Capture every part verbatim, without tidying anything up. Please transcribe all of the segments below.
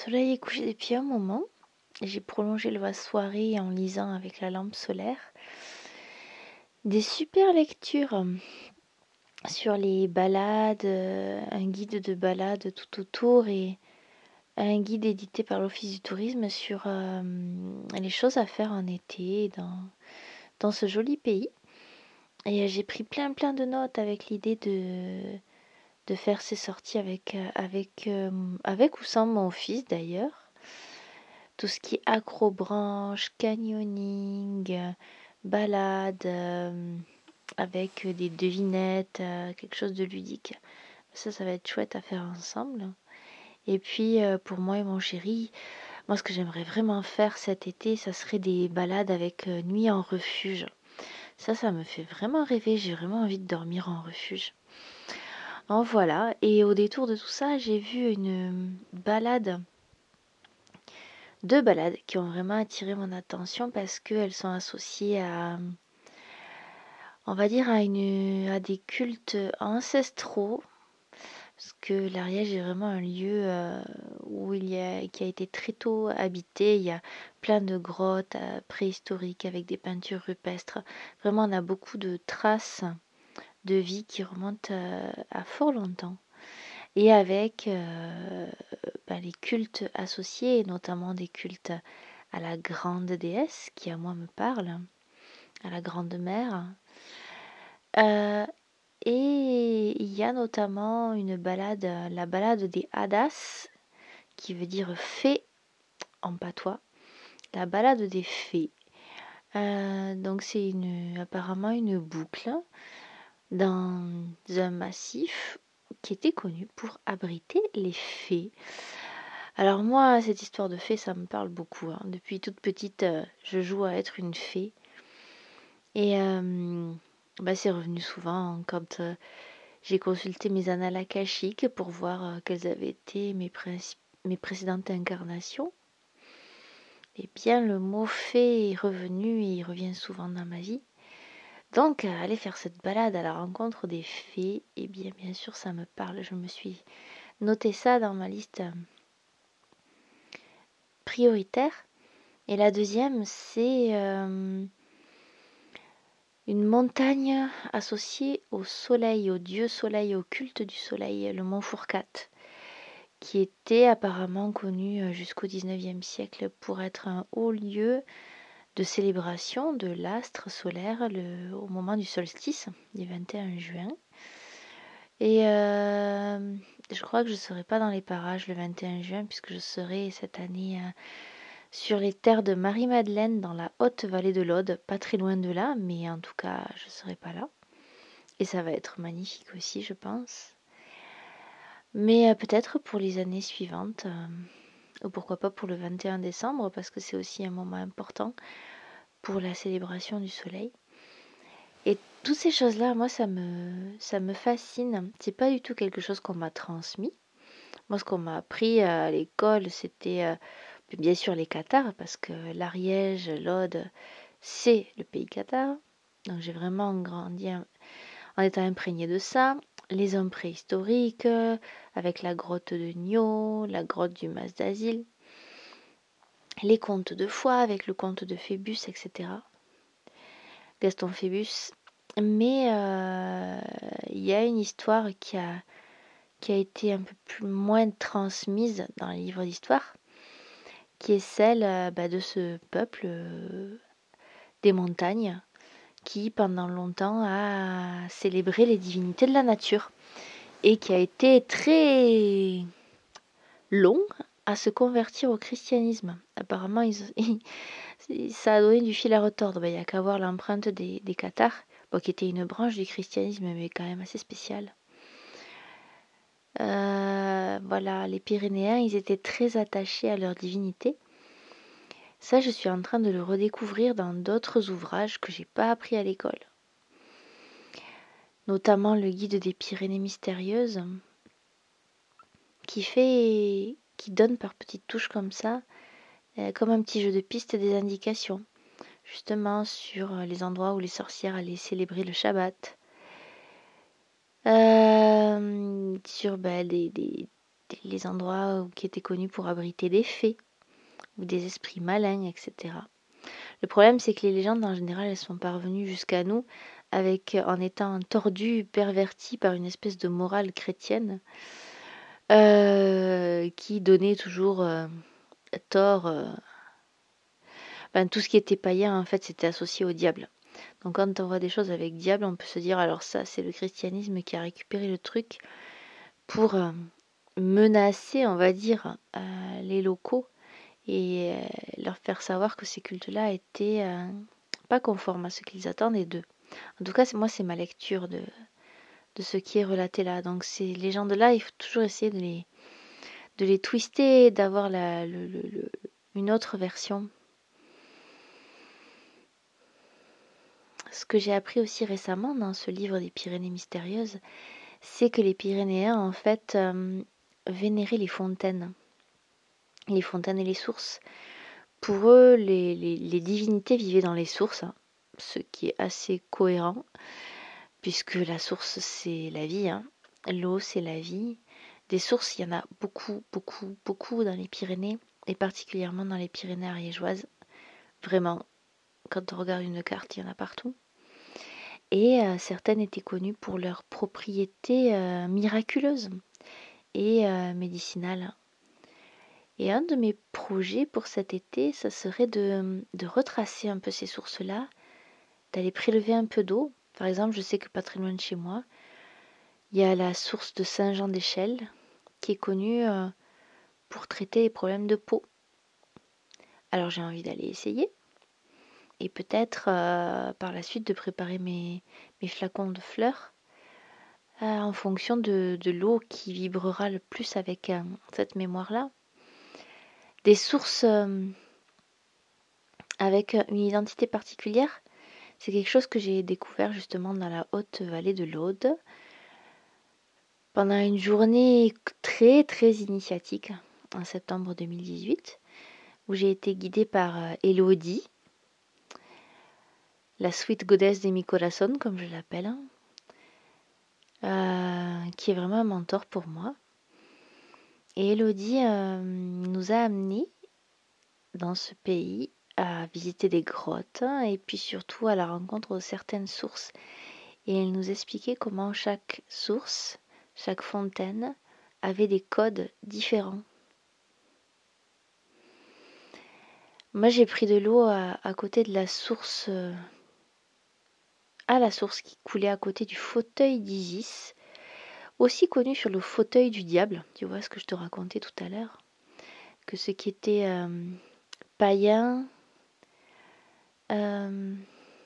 soleil est couché depuis un moment. J'ai prolongé la soirée en lisant avec la lampe solaire des super lectures euh, sur les balades, euh, un guide de balade tout autour et un guide édité par l'Office du tourisme sur euh, les choses à faire en été dans, dans ce joli pays. Et euh, j'ai pris plein plein de notes avec l'idée de, de faire ces sorties avec, euh, avec, euh, avec ou sans mon fils d'ailleurs. Tout ce qui est acrobranche, canyoning, euh, balade, euh, avec des devinettes, euh, quelque chose de ludique. Ça, ça va être chouette à faire ensemble. Et puis, euh, pour moi et mon chéri, moi, ce que j'aimerais vraiment faire cet été, ça serait des balades avec euh, nuit en refuge. Ça, ça me fait vraiment rêver. J'ai vraiment envie de dormir en refuge. En voilà. Et au détour de tout ça, j'ai vu une balade deux balades qui ont vraiment attiré mon attention parce qu'elles sont associées à, on va dire, à, une, à des cultes ancestraux. Parce que l'Ariège est vraiment un lieu euh, où il y a, qui a été très tôt habité. Il y a plein de grottes euh, préhistoriques avec des peintures rupestres. Vraiment, on a beaucoup de traces de vie qui remontent euh, à fort longtemps. Et avec euh, bah, les cultes associés, notamment des cultes à la grande déesse qui à moi me parle, à la grande mère. Euh, et il y a notamment une balade, la balade des Hadas, qui veut dire fée en patois, la balade des fées. Euh, donc c'est une, apparemment une boucle dans un massif qui était connu pour abriter les fées. Alors moi, cette histoire de fée, ça me parle beaucoup. Hein. Depuis toute petite, euh, je joue à être une fée. Et euh, bah, c'est revenu souvent quand euh, j'ai consulté mes annales akashiques pour voir euh, quelles avaient été mes, princi- mes précédentes incarnations. Et bien, le mot fée est revenu et il revient souvent dans ma vie. Donc, euh, aller faire cette balade à la rencontre des fées, et bien, bien sûr, ça me parle. Je me suis noté ça dans ma liste euh, prioritaire. Et la deuxième, c'est euh, une montagne associée au soleil, au dieu soleil, au culte du soleil, le mont Fourcade, qui était apparemment connu jusqu'au dix-neuvième siècle pour être un haut lieu de célébration de l'astre solaire le, au moment du solstice, du vingt et un juin. Et euh, je crois que je ne serai pas dans les parages le vingt et un juin, puisque je serai cette année euh, sur les terres de Marie-Madeleine, dans la haute vallée de l'Aude, pas très loin de là, mais en tout cas, je ne serai pas là. Et ça va être magnifique aussi, je pense. Mais euh, peut-être pour les années suivantes, euh, ou pourquoi pas pour le vingt et un décembre, parce que c'est aussi un moment important pour la célébration du soleil. Et toutes ces choses-là, moi, ça me, ça me fascine. C'est pas du tout quelque chose qu'on m'a transmis. Moi, ce qu'on m'a appris à l'école, c'était euh, bien sûr les cathares, parce que l'Ariège, l'Aude, c'est le pays cathare. Donc j'ai vraiment grandi en étant imprégnée de ça. Les hommes préhistoriques, euh, avec la grotte de Nio, la grotte du Mas d'Asile, les contes de foi avec le conte de Phébus, et cetera. Gaston Phébus. Mais euh, il y a une histoire qui a, qui a été un peu plus moins transmise dans les livres d'histoire, qui est celle euh, bah, de ce peuple euh, des montagnes qui, pendant longtemps, a célébré les divinités de la nature et qui a été très long à se convertir au christianisme. Apparemment, ils, ils, ça a donné du fil à retordre. Ben, il n'y a qu'à voir l'empreinte des, des cathares, bon, qui était une branche du christianisme, mais quand même assez spéciale. Euh, voilà, les Pyrénéens, ils étaient très attachés à leur divinité. Ça, je suis en train de le redécouvrir dans d'autres ouvrages que j'ai pas appris à l'école. Notamment le guide des Pyrénées mystérieuses, qui fait, qui donne par petites touches comme ça, euh, comme un petit jeu de piste des indications, justement sur les endroits où les sorcières allaient célébrer le Shabbat, euh, sur bah, des, des, les endroits qui étaient connus pour abriter des fées ou des esprits malins, et cetera. Le problème, c'est que les légendes, en général, elles sont parvenues jusqu'à nous avec, en étant tordues, perverties par une espèce de morale chrétienne euh, qui donnait toujours euh, tort. Euh, ben, tout ce qui était païen, en fait, c'était associé au diable. Donc quand on voit des choses avec diable, on peut se dire, alors ça, c'est le christianisme qui a récupéré le truc pour euh, menacer, on va dire, euh, les locaux et euh, leur faire savoir que ces cultes-là étaient euh, pas conformes à ce qu'ils attendaient d'eux. En tout cas, moi, c'est ma lecture de, de ce qui est relaté là. Donc ces légendes-là, il faut toujours essayer de les, de les twister, d'avoir la, le, le, le, une autre version. Ce que j'ai appris aussi récemment dans ce livre des Pyrénées mystérieuses, c'est que les Pyrénéens, en fait, euh, vénéraient les fontaines. Les fontaines et les sources. Pour eux, les, les, les divinités vivaient dans les sources, hein, ce qui est assez cohérent, puisque la source, c'est la vie, hein. L'eau, c'est la vie. Des sources, il y en a beaucoup, beaucoup, beaucoup dans les Pyrénées, et particulièrement dans les Pyrénées ariégeoises. Vraiment, quand on regarde une carte, il y en a partout. Et euh, certaines étaient connues pour leurs propriétés euh, miraculeuses et euh, médicinales. Et un de mes projets pour cet été, ça serait de, de retracer un peu ces sources-là, d'aller prélever un peu d'eau. Par exemple, je sais que pas très loin de chez moi, il y a la source de Saint-Jean-d'Échelle qui est connue euh, pour traiter les problèmes de peau. Alors j'ai envie d'aller essayer et peut-être euh, par la suite de préparer mes, mes flacons de fleurs euh, en fonction de, de l'eau qui vibrera le plus avec euh, cette mémoire-là. Des sources euh, avec une identité particulière, c'est quelque chose que j'ai découvert justement dans la haute vallée de l'Aude pendant une journée très très initiatique en septembre deux mille dix-huit où j'ai été guidée par Elodie, la sweet goddess de mi corazón comme je l'appelle, euh, qui est vraiment un mentor pour moi. Et Elodie euh, nous a amenés dans ce pays à visiter des grottes et puis surtout à la rencontre de certaines sources. Et elle nous expliquait comment chaque source, chaque fontaine avait des codes différents. Moi, j'ai pris de l'eau à, à côté de la source, euh, à la source qui coulait à côté du fauteuil d'Isis, aussi connu sur le fauteuil du diable. Tu vois ce que je te racontais tout à l'heure, que ce qui était euh, païen, euh,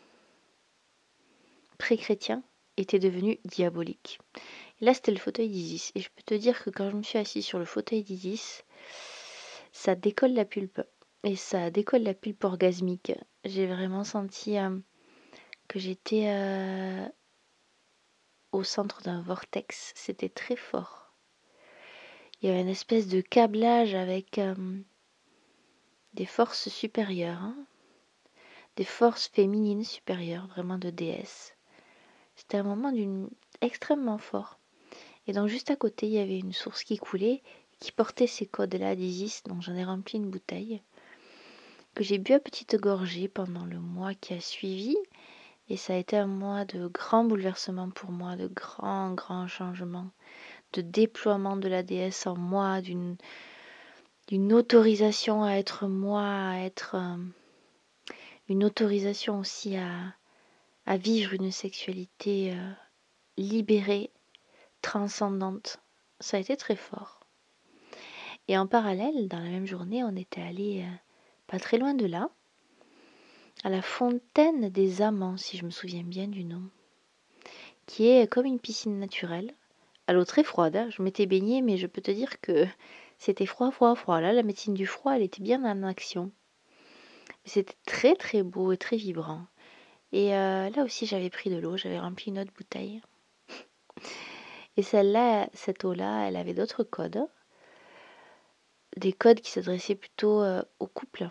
pré-chrétien, était devenu diabolique. Et là, c'était le fauteuil d'Isis. Et je peux te dire que quand je me suis assise sur le fauteuil d'Isis, ça décolle la pulpe. Et ça décolle la pulpe orgasmique. J'ai vraiment senti euh, que j'étais euh, au centre d'un vortex. C'était très fort. Il y avait une espèce de câblage avec euh, des forces supérieures. Hein, des forces féminines supérieures, vraiment de déesse. C'était un moment d'une extrêmement fort. Et donc juste à côté, il y avait une source qui coulait, qui portait ces codes-là d'Isis, donc j'en ai rempli une bouteille, que j'ai bu à petite gorgée pendant le mois qui a suivi. Et ça a été un mois de grands bouleversements pour moi, de grands, grands changements, de déploiement de la déesse en moi, d'une, d'une autorisation à être moi, à être... Euh, une autorisation aussi à, à vivre une sexualité euh, libérée, transcendante. Ça a été très fort. Et en parallèle, dans la même journée, on était allé euh, pas très loin de là, à la fontaine des amants, si je me souviens bien du nom, qui est comme une piscine naturelle, à l'eau très froide. Hein. Je m'étais baignée, mais je peux te dire que c'était froid, froid, froid. Là, la médecine du froid, elle était bien en action. Mais c'était très, très beau et très vibrant. Et euh, là aussi, j'avais pris de l'eau, j'avais rempli une autre bouteille. Et celle-là, cette eau-là, elle avait d'autres codes. Des codes qui s'adressaient plutôt euh, au couple.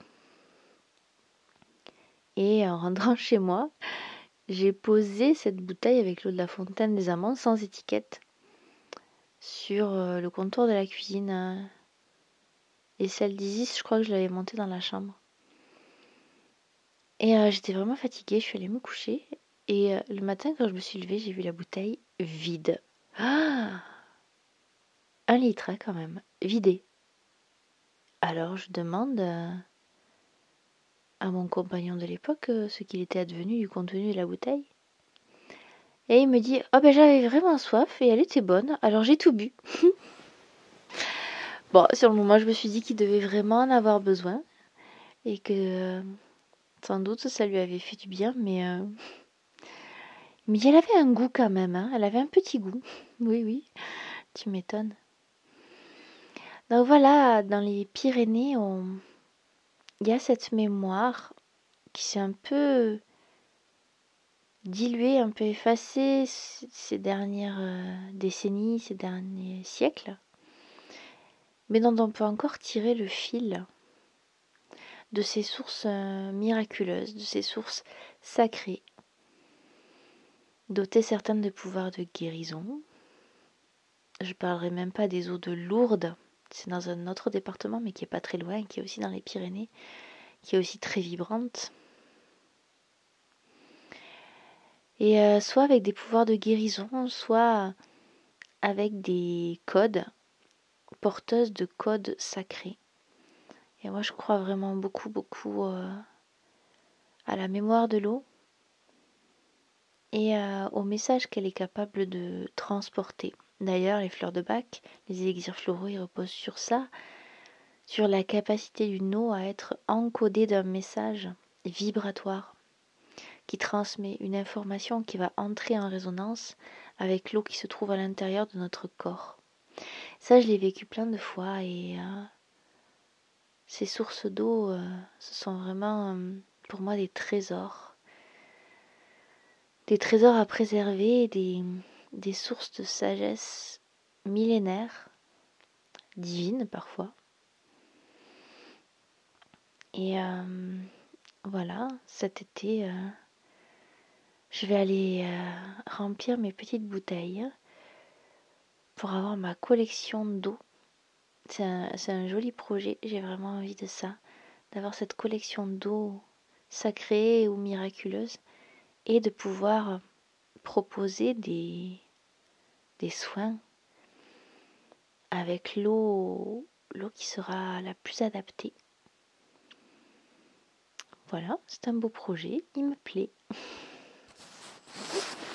Et en rentrant chez moi, j'ai posé cette bouteille avec l'eau de la fontaine des amants sans étiquette sur euh, le contour de la cuisine. euh, Et celle d'Isis, je crois que je l'avais montée dans la chambre. Et euh, j'étais vraiment fatiguée, je suis allée me coucher. Et euh, le matin, quand je me suis levée, j'ai vu la bouteille vide. Ah, un litre hein, quand même, vidé. Alors je demande euh, à mon compagnon de l'époque euh, ce qu'il était advenu du contenu de la bouteille. Et il me dit, oh ben j'avais vraiment soif et elle était bonne, alors j'ai tout bu. Bon, sur le moment, je me suis dit qu'il devait vraiment en avoir besoin et que euh, sans doute ça lui avait fait du bien, mais, euh, mais elle avait un goût quand même, hein. Elle avait un petit goût. Oui, oui, tu m'étonnes. Donc voilà, dans les Pyrénées, on... il y a cette mémoire qui s'est un peu diluée, un peu effacée ces dernières euh, décennies, ces derniers siècles, mais dont on peut encore tirer le fil de ces sources euh, miraculeuses, de ces sources sacrées, dotées certaines de pouvoirs de guérison. Je parlerai même pas des eaux de Lourdes, c'est dans un autre département, mais qui est pas très loin, qui est aussi dans les Pyrénées, qui est aussi très vibrante. Et euh, soit avec des pouvoirs de guérison, soit avec des codes, porteuses de codes sacrés. Et moi, je crois vraiment beaucoup, beaucoup euh, à la mémoire de l'eau et euh, au message qu'elle est capable de transporter. D'ailleurs, les fleurs de Bach, les élixirs floraux, ils reposent sur ça, sur la capacité d'une eau à être encodée d'un message vibratoire qui transmet une information qui va entrer en résonance avec l'eau qui se trouve à l'intérieur de notre corps. Ça, je l'ai vécu plein de fois et euh, ces sources d'eau, euh, ce sont vraiment euh, pour moi des trésors. Des trésors à préserver, des, des sources de sagesse millénaire, divine parfois. Et euh, voilà, cet été, euh, je vais aller euh, remplir mes petites bouteilles pour avoir ma collection d'eau. C'est un, c'est un joli projet, j'ai vraiment envie de ça, d'avoir cette collection d'eau sacrée ou miraculeuse et de pouvoir proposer des, des soins avec l'eau, l'eau qui sera la plus adaptée. Voilà, c'est un beau projet, il me plaît.